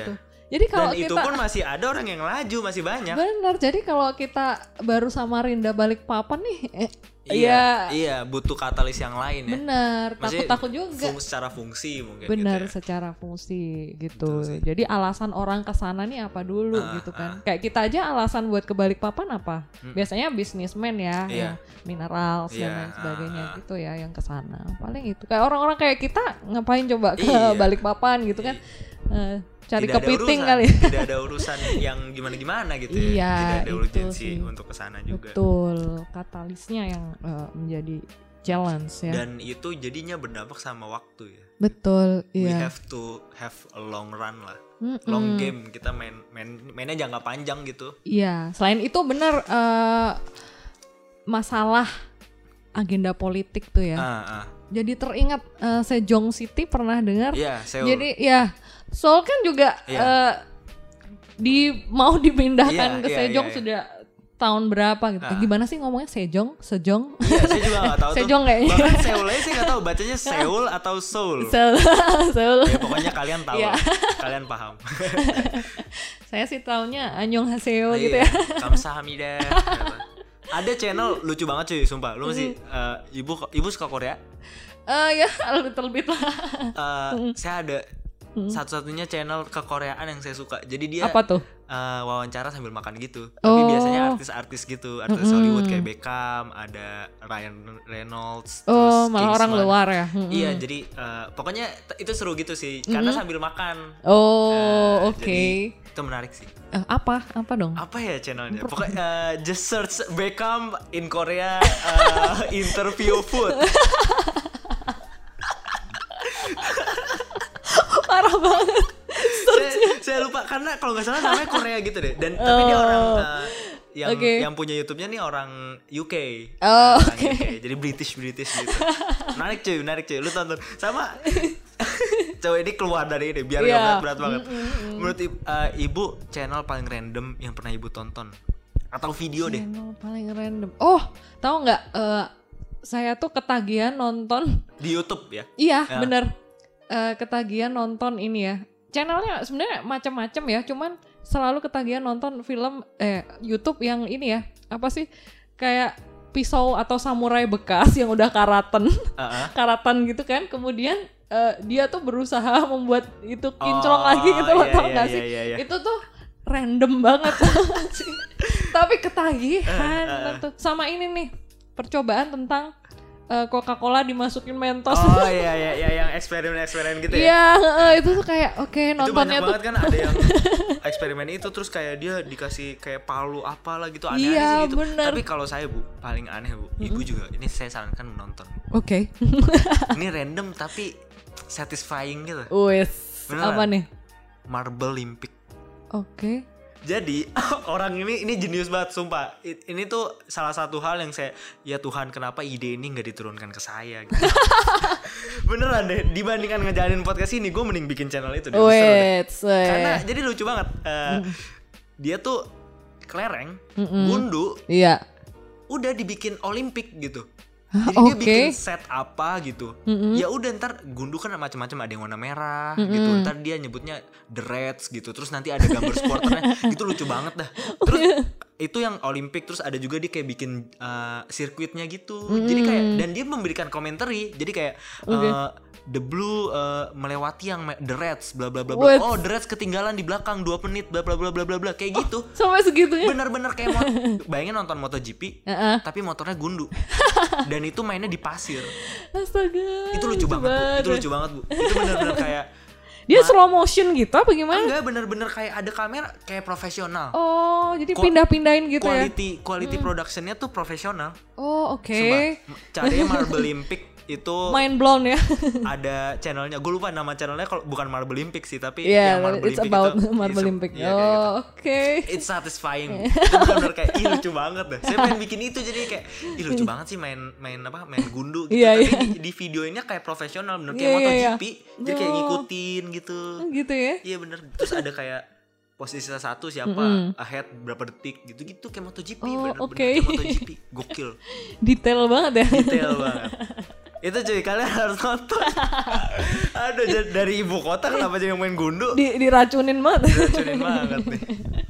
B: Jadi kalau
A: dan itu
B: kita,
A: pun masih ada orang yang laju, masih banyak.
B: benar. Jadi kalau kita baru Samarinda Balikpapan nih,
A: Iya, butuh katalis yang lain ya.
B: benar.
A: Maksudnya
B: Takut juga.
A: secara fungsi mungkin.
B: Benar,
A: gitu ya.
B: secara fungsi gitu. Jadi alasan orang kesana nih apa dulu gitu kan. Kayak kita aja alasan buat ke Balikpapan apa? Biasanya bisnismen ya, yang mineral dan lain sebagainya gitu ya yang kesana. Paling itu. Kayak orang-orang kayak kita ngapain coba ke Balikpapan gitu kan? Cari
A: tidak
B: kepiting
A: ada urusan,
B: kali.
A: Tidak ada urusan yang gimana-gimana gitu ya.
B: Iya,
A: Tidak ada urgensi
B: sih.
A: untuk kesana juga.
B: Betul, katalisnya yang menjadi challenge ya.
A: Dan itu jadinya berdampak sama waktu ya.
B: Betul,
A: We
B: iya.
A: have to have a long run lah. Long game, kita mainnya jangka panjang gitu.
B: Iya, selain itu benar masalah agenda politik tuh ya. Jadi teringat Sejong City pernah dengar?
A: Iya, Seoul.
B: Jadi ya Seoul kan juga mau dipindahkan ke Sejong sudah tahun berapa gitu. Gimana sih ngomongnya Sejong? Sejong?
A: Iya, saya juga nggak tahu.
B: Sejong kayaknya.
A: Bahkan Seoul aja sih nggak tahu bacanya Seoul atau Seoul.
B: Seoul.
A: Ya pokoknya kalian tahu, kalian paham.
B: Saya sih taunya Annyeonghaseyo gitu ya.
A: Kamsahamnida. Ada channel lucu banget cuy, sumpah. Lu masih ibu suka Korea?
B: Ya, little bit lah.
A: Saya ada satu-satunya channel kekoreaan yang saya suka. Jadi dia
B: apa tuh?
A: Wawancara sambil makan gitu. Tapi biasanya artis-artis gitu, artis Hollywood kayak Beckham, ada Ryan Reynolds, terus
B: malah orang
A: Kingsman.
B: luar ya.
A: Iya, jadi pokoknya itu seru gitu sih, karena sambil makan.
B: Oke.
A: Jadi itu menarik sih.
B: Apa dong?
A: Apa ya channelnya? Pokoknya just search Beckham in Korea interview food.
B: Parah banget.
A: saya lupa karena kalau nggak salah namanya Korea gitu deh. Dan tapi dia orang yang punya YouTube-nya nih orang UK. UK. Jadi British gitu. Menarik cuy. Lu tonton. Sama cowok ini keluar dari ini biar gak berat banget. Menurut ibu channel paling random yang pernah ibu tonton atau video deh?
B: Channel paling random. Oh, tahu nggak? Saya tuh ketagihan nonton
A: Di YouTube ya?
B: Iya, bener. Ketagihan nonton ini ya. Channelnya sebenarnya macam-macam ya, cuman selalu ketagihan nonton film YouTube yang ini ya. Apa sih? Kayak pisau atau samurai bekas yang udah karatan gitu kan. Kemudian dia tuh berusaha membuat itu kinclong lagi gitu loh, tau gak sih? Itu tuh random banget sih. Tapi ketagihan tuh. Sama ini nih, percobaan tentang Coca-Cola dimasukin Mentos.
A: Oh iya yang eksperimen gitu ya.
B: Iya, itu tuh kayak nontonnya
A: itu banyak
B: tuh.
A: banget kan ada yang eksperimen itu terus kayak dia dikasih kayak palu apalah gitu aneh-aneh sih gitu.
B: Bener.
A: Tapi kalau saya Bu, paling aneh Bu, ibu juga ini saya sarankan menonton.
B: Oke.
A: Ini random tapi satisfying gitu.
B: Wes. Apa nih?
A: Marble Olympic.
B: Oke.
A: Jadi orang ini jenius banget sumpah. Ini tuh salah satu hal yang ya Tuhan kenapa ide ini gak diturunkan ke saya gitu. Beneran deh, dibandingkan ngejalanin podcast ini gue mending bikin channel itu deh. Karena jadi lucu banget. Dia tuh kelereng, gundu.
B: Iya.
A: Udah dibikin Olimpik gitu. Jadi dia bikin set apa gitu. Ya udah ntar gundu kan macam-macam, ada yang warna merah gitu. Ntar dia nyebutnya The Reds gitu. Terus nanti ada gambar supporternya. Gitu lucu banget dah. Terus itu yang Olimpik, terus ada juga dia kayak bikin sirkuitnya gitu. Jadi kayak dan dia memberikan komentari. Jadi kayak The Blue melewati yang The Reds bla bla bla bla. Oh, The Reds ketinggalan di belakang 2 menit bla bla bla bla bla bla kayak gitu.
B: Sampai segitunya.
A: Bener-bener kayak bayangin nonton MotoGP tapi motornya gundu. Dan itu mainnya di pasir.
B: Astaga.
A: Itu lucu banget, Bu. Itu lucu banget, Bu. Itu bener-bener kayak
B: dia slow motion gitu apa gimana?
A: Enggak, bener-bener kayak ada kamera kayak profesional.
B: Oh, jadi pindah-pindahin gitu ya.
A: Quality productionnya tuh profesional.
B: Oh, oke.
A: Caranya Marble Olympic itu
B: mind blown ya.
A: Ada channelnya, gue lupa nama channelnya, kalau bukan Marble Olympic sih, tapi
B: yang
A: Marble
B: it's
A: Olympic
B: about
A: itu
B: Marble Olympic.
A: Iya, gitu.
B: Oke.
A: It's satisfying. Itu benar-benar kayak lucu banget dah. Saya pengen bikin itu jadi kayak lucu banget sih main gundu gitu. Tapi di videonya kayak profesional bener kayak MotoGP. Jadi kayak ngikutin gitu.
B: Gitu ya.
A: Iya bener. Terus ada kayak posisi satu siapa ahead berapa detik gitu-gitu kayak MotoGP. Bener-bener kayak MotoGP. Gokil.
B: Detail banget ya.
A: Detail banget. Itu cuy, kalian harus nonton. Aduh, dari ibu kota kenapa jadi main gundu?
B: Diracunin banget.
A: Diracunin banget nih.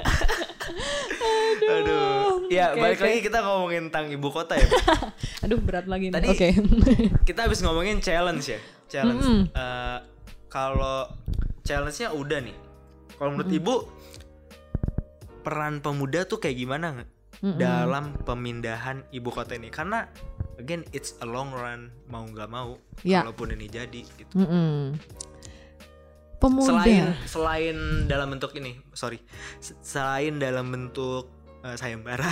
A: Aduh. Ya, balik lagi kita ngomongin tentang ibu kota ya.
B: Aduh, berat lagi nih.
A: Tadi kita habis ngomongin challenge ya. Challenge. Kalau challenge-nya udah nih. Kalau menurut Ibu, peran pemuda tuh kayak gimana dalam pemindahan ibu kota ini? Karena again it's a long run, mau nggak mau, kalaupun ini jadi gitu.
B: Pemuda.
A: Selain dalam bentuk ini, selain dalam bentuk sayembara.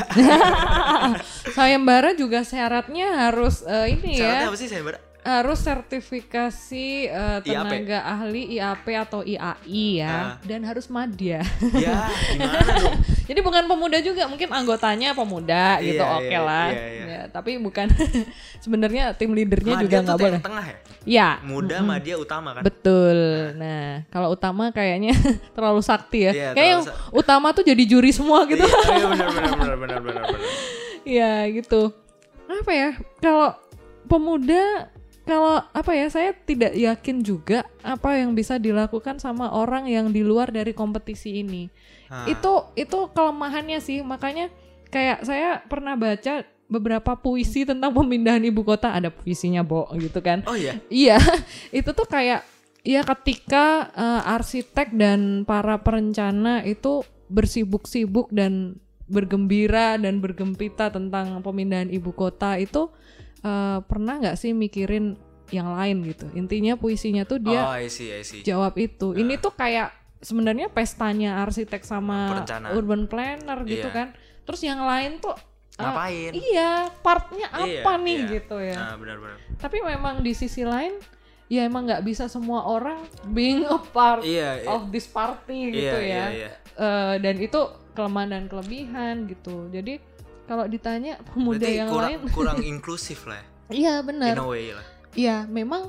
B: Sayembara juga syaratnya harus ini
A: syaratnya
B: ya.
A: apa sih sayembara?
B: Harus sertifikasi tenaga ahli IAP atau IAI ya, dan harus madya.
A: Ya, gimana dong?
B: Jadi bukan pemuda juga, mungkin anggotanya pemuda gitu, oke lah. Ya, tapi bukan sebenarnya tim leadernya juga nggak boleh.
A: Madya tengah ya?
B: Ya.
A: Muda, madya, utama kan?
B: Betul. Nah, kalau utama kayaknya terlalu sakti ya.
A: Iya,
B: kayak yang utama tuh jadi juri semua gitu.
A: Iya, benar.
B: Iya, gitu. Apa ya? Kalau pemuda, saya tidak yakin juga apa yang bisa dilakukan sama orang yang di luar dari kompetisi ini. Itu kelemahannya sih, makanya kayak saya pernah baca beberapa puisi tentang pemindahan ibu kota, ada puisinya Bo gitu kan.
A: Oh iya?
B: Iya, itu tuh kayak ya ketika arsitek dan para perencana itu bersibuk-sibuk dan bergembira dan bergempita tentang pemindahan ibu kota itu, pernah nggak sih mikirin yang lain gitu. Intinya puisinya tuh dia
A: I see.
B: jawab itu. Ini tuh kayak sebenarnya pestanya arsitek sama
A: perencana,
B: urban planner gitu kan. Terus yang lain tuh
A: ngapain?
B: Iya, partnya apa nih gitu ya.
A: Nah, benar.
B: Tapi memang di sisi lain ya emang nggak bisa semua orang being a part of this party gitu ya. Dan itu kelemahan dan kelebihan gitu. Jadi kalau ditanya pemuda berarti yang lain
A: kurang inklusif lah.
B: Iya benar.
A: In a way lah.
B: Iya memang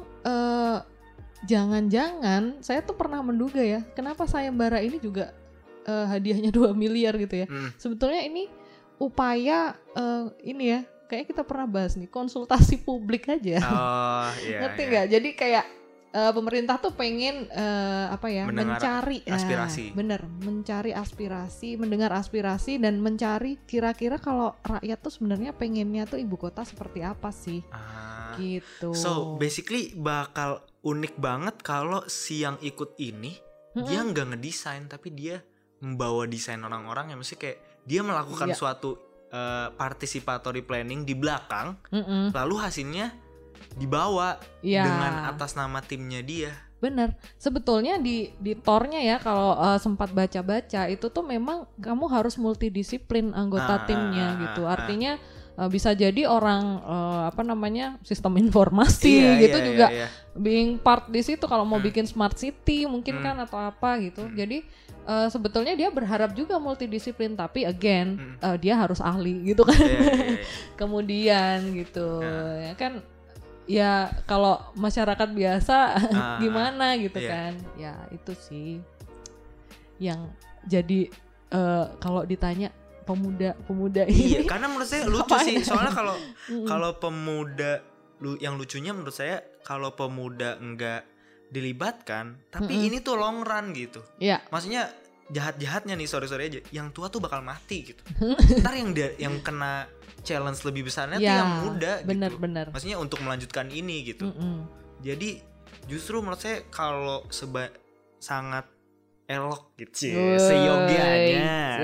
B: jangan-jangan saya tuh pernah menduga ya, kenapa sayembara ini juga hadiahnya 2 miliar gitu ya. Sebetulnya ini upaya ini ya, kayak kita pernah bahas nih, konsultasi publik aja. Ngerti nggak? Jadi kayak pemerintah tuh pengen mencari aspirasi. Mencari aspirasi, mendengar aspirasi dan mencari kira-kira kalau rakyat tuh sebenarnya pengennya tuh ibu kota seperti apa sih? Gitu.
A: So basically bakal unik banget kalau si yang ikut ini dia nggak ngedesain, tapi dia membawa desain orang-orang yang mesti kayak dia melakukan suatu participatory planning di belakang, lalu hasilnya dibawa dengan atas nama timnya dia.
B: Bener, sebetulnya di tornya ya kalau sempat baca-baca itu tuh memang kamu harus multidisiplin anggota timnya gitu. Artinya bisa jadi orang sistem informasi gitu juga being part di situ kalau mau bikin smart city mungkin kan atau apa gitu. Jadi sebetulnya dia berharap juga multidisiplin, tapi again dia harus ahli gitu kan. Kemudian gitu ya kan. Ya kalau masyarakat biasa gimana gitu kan. Ya itu sih yang jadi kalau ditanya pemuda ini.
A: Iya, karena menurut saya lucu sih. Soalnya kalau pemuda yang lucunya menurut saya kalau pemuda enggak dilibatkan, tapi ini tuh long run gitu.
B: Iya.
A: Maksudnya jahat-jahatnya nih, sorry aja, yang tua tuh bakal mati gitu. Ntar yang kena challenge lebih besarnya tuh yang muda
B: bener.
A: Maksudnya untuk melanjutkan ini gitu. Jadi justru menurut saya kalau sangat elok gitu, seyogianya.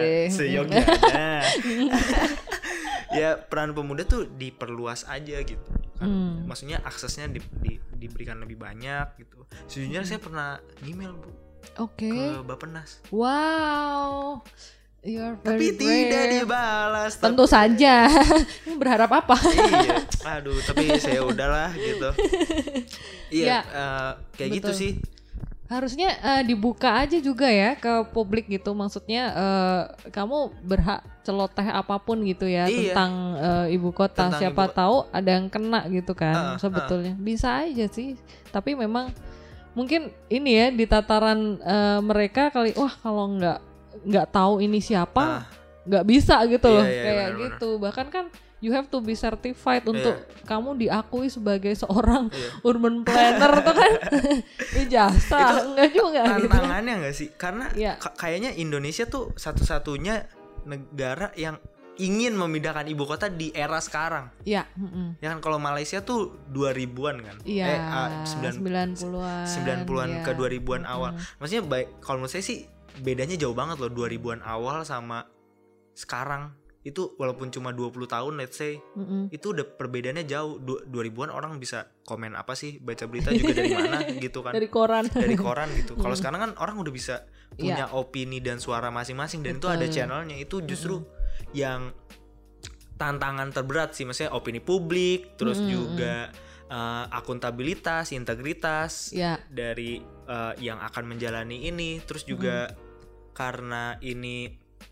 A: Ya peran pemuda tuh diperluas aja gitu kan. Maksudnya aksesnya diberikan lebih banyak gitu. Sejujurnya saya pernah email Bu ke Bappenas.
B: Wow,
A: tapi tidak dibalas.
B: Tentu saja. Berharap apa?
A: Iya. Aduh, tapi saya udahlah gitu. Iya, kayak betul. Gitu sih.
B: Harusnya dibuka aja juga ya ke publik gitu. Maksudnya kamu berhak celoteh apapun gitu ya tentang ibu kota. Tentang siapa tahu ada yang kena gitu kan. Sebetulnya bisa aja sih. Tapi memang mungkin ini ya di tataran mereka kali, wah kalau nggak tahu ini siapa nggak bisa gitu loh, kayak bener, gitu. Bahkan kan you have to be certified untuk kamu diakui sebagai seorang urban planner tuh kan ijazah enggak juga
A: tantangannya nggak sih karena kayaknya Indonesia tuh satu-satunya negara yang ingin memindahkan ibu kota di era sekarang. Iya. Ya kan kalau Malaysia tuh 2000-an kan.
B: Iya. 90-an.
A: 90-an ke 2000-an awal. Maksudnya kalau menurut saya sih bedanya jauh banget loh 2000-an awal sama sekarang. Itu walaupun cuma 20 tahun let's say. Itu udah perbedaannya jauh. 2000-an orang bisa komen apa sih, baca berita juga dari mana gitu kan.
B: Dari koran
A: gitu. Kalau sekarang kan orang udah bisa punya opini dan suara masing-masing dan itu ada channelnya. Itu justru yang tantangan terberat sih, maksudnya opini publik, terus juga akuntabilitas, integritas dari yang akan menjalani ini, terus juga karena ini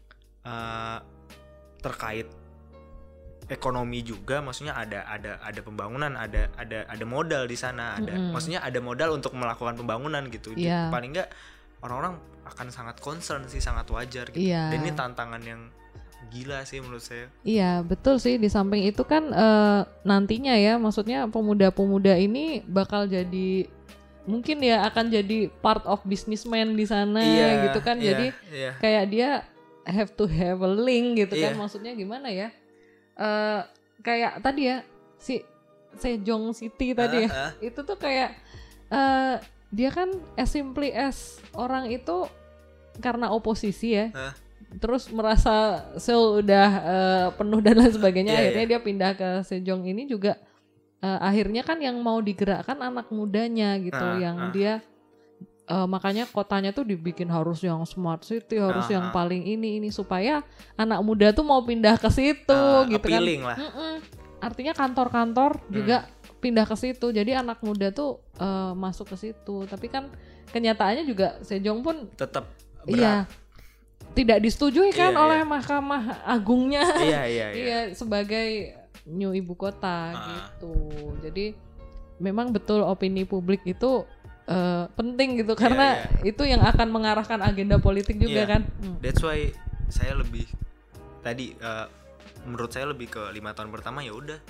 A: terkait ekonomi juga, maksudnya ada pembangunan, ada modal di sana, maksudnya ada modal untuk melakukan pembangunan gitu. Jadi, paling nggak orang-orang akan sangat concern sih, sangat wajar gitu. Dan ini tantangan yang gila sih menurut saya.
B: Iya betul sih. Di samping itu kan nantinya ya, maksudnya pemuda-pemuda ini bakal jadi mungkin ya akan jadi part of businessman di sana gitu kan. Jadi kayak dia have to have a link gitu kan. Maksudnya gimana ya? Kayak tadi ya si Sejong City tadi ya. Itu tuh kayak dia kan as simply as orang itu karena oposisi ya. Terus merasa Seoul udah penuh dan lain sebagainya, akhirnya dia pindah ke Sejong ini juga akhirnya kan yang mau digerakkan anak mudanya gitu, yang dia makanya kotanya tuh dibikin harus yang smart city, harus yang paling ini supaya anak muda tuh mau pindah ke situ gitu kan.
A: Lah.
B: Artinya kantor-kantor juga pindah ke situ, jadi anak muda tuh masuk ke situ. Tapi kan kenyataannya juga Sejong pun
A: tetap berat.
B: Tidak disetujui kan oleh Mahkamah Agungnya sebagai new ibu kota gitu. Jadi memang betul opini publik itu penting gitu karena itu yang akan mengarahkan agenda politik juga kan.
A: That's why saya lebih tadi menurut saya lebih ke 5 tahun pertama ya udah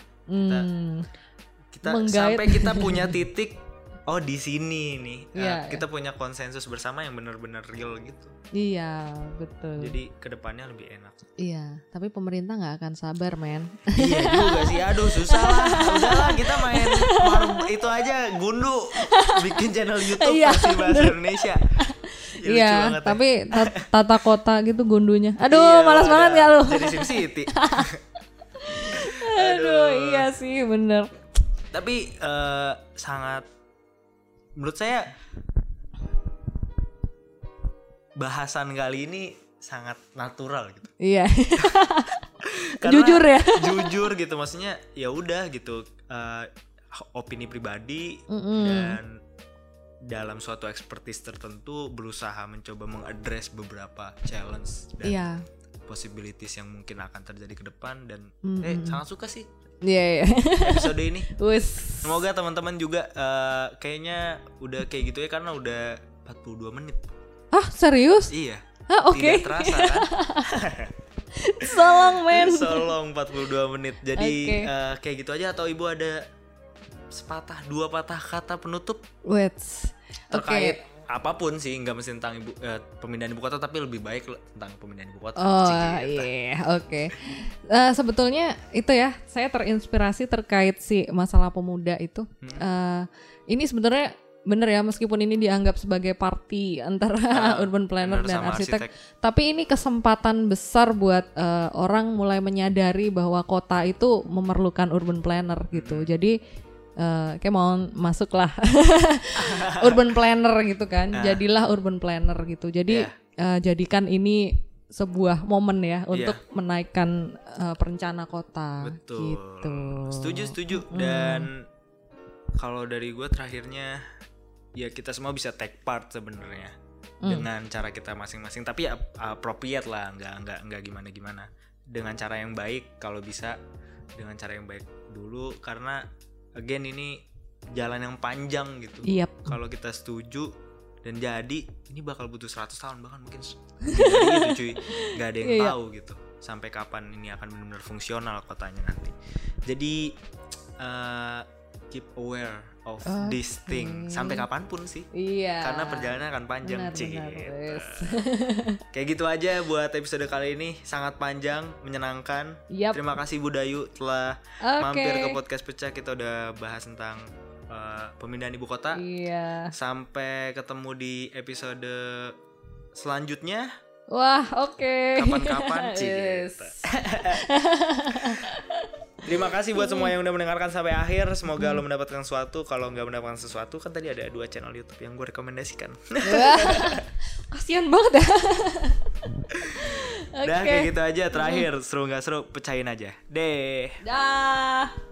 A: kita sampai kita punya titik di sini nih kita punya konsensus bersama yang benar-benar real gitu.
B: Iya betul.
A: Jadi kedepannya lebih enak.
B: Iya, tapi pemerintah nggak akan sabar men.
A: Iya juga sih, aduh susah lah. Udahlah kita main itu aja gundu, bikin channel YouTube versi bahasa Indonesia.
B: Iya, tapi tata kota gitu gundunya. Aduh, malas banget nggak lu?
A: Jadi SimCity.
B: Aduh, iya sih bener.
A: Tapi sangat menurut saya bahasan kali ini sangat natural gitu. Iya.
B: Jujur ya.
A: Jujur gitu, maksudnya ya udah gitu opini pribadi dan dalam suatu expertise tertentu berusaha mencoba mengadres beberapa challenge dan possibilities yang mungkin akan terjadi ke depan dan sangat suka sih. Episode ini. Semoga teman-teman juga kayaknya udah kayak gitu ya karena udah 42 menit.
B: Ah serius?
A: Iya.
B: Oke.
A: Tidak terasa kan?
B: Solong men.
A: Solong 42 menit. Jadi kayak gitu aja atau Ibu ada dua patah kata penutup? Terkait apapun sih, nggak mesti tentang pemindahan ibu kota tapi lebih baik tentang pemindahan ibu kota.
B: Oke. Sebetulnya itu ya, saya terinspirasi terkait si masalah pemuda itu. Ini sebenarnya bener ya, meskipun ini dianggap sebagai party antara urban planner dan arsitek, tapi ini kesempatan besar buat orang mulai menyadari bahwa kota itu memerlukan urban planner gitu. Jadi kayak mau masuklah urban planner gitu kan, jadilah urban planner gitu. Jadi jadikan ini sebuah momen ya untuk menaikkan perencana kota.
A: Betul.
B: Gitu.
A: Setuju. Dan kalau dari gue terakhirnya ya kita semua bisa take part sebenarnya dengan cara kita masing-masing, tapi ya appropriate lah, nggak gimana dengan cara yang baik kalau bisa, dengan cara yang baik dulu karena again ini jalan yang panjang gitu. Kalau kita setuju dan jadi ini bakal butuh 100 tahun bahkan mungkin gitu cuy, nggak ada yang tahu gitu sampai kapan ini akan benar-benar fungsional kotanya nanti. Jadi keep aware of this thing sampai kapanpun sih.
B: Iya.
A: Karena perjalanan akan panjang,
B: Benar, yes.
A: Kayak gitu aja buat episode kali ini, sangat panjang, menyenangkan.
B: Yap.
A: Terima kasih Bu Dayu telah mampir ke podcast Pecah. Kita udah bahas tentang pemindahan ibu kota.
B: Iya.
A: Sampai ketemu di episode selanjutnya.
B: Wah, oke.
A: Kapan-kapan
B: Yes.
A: Terima kasih buat semua yang udah mendengarkan sampai akhir. Semoga lo mendapatkan sesuatu. Kalau nggak mendapatkan sesuatu, kan tadi ada 2 channel YouTube yang gue rekomendasikan.
B: Kasian banget ya.
A: Udah kayak gitu aja. Terakhir, seru nggak seru, pecahin aja. Deh.
B: Dah.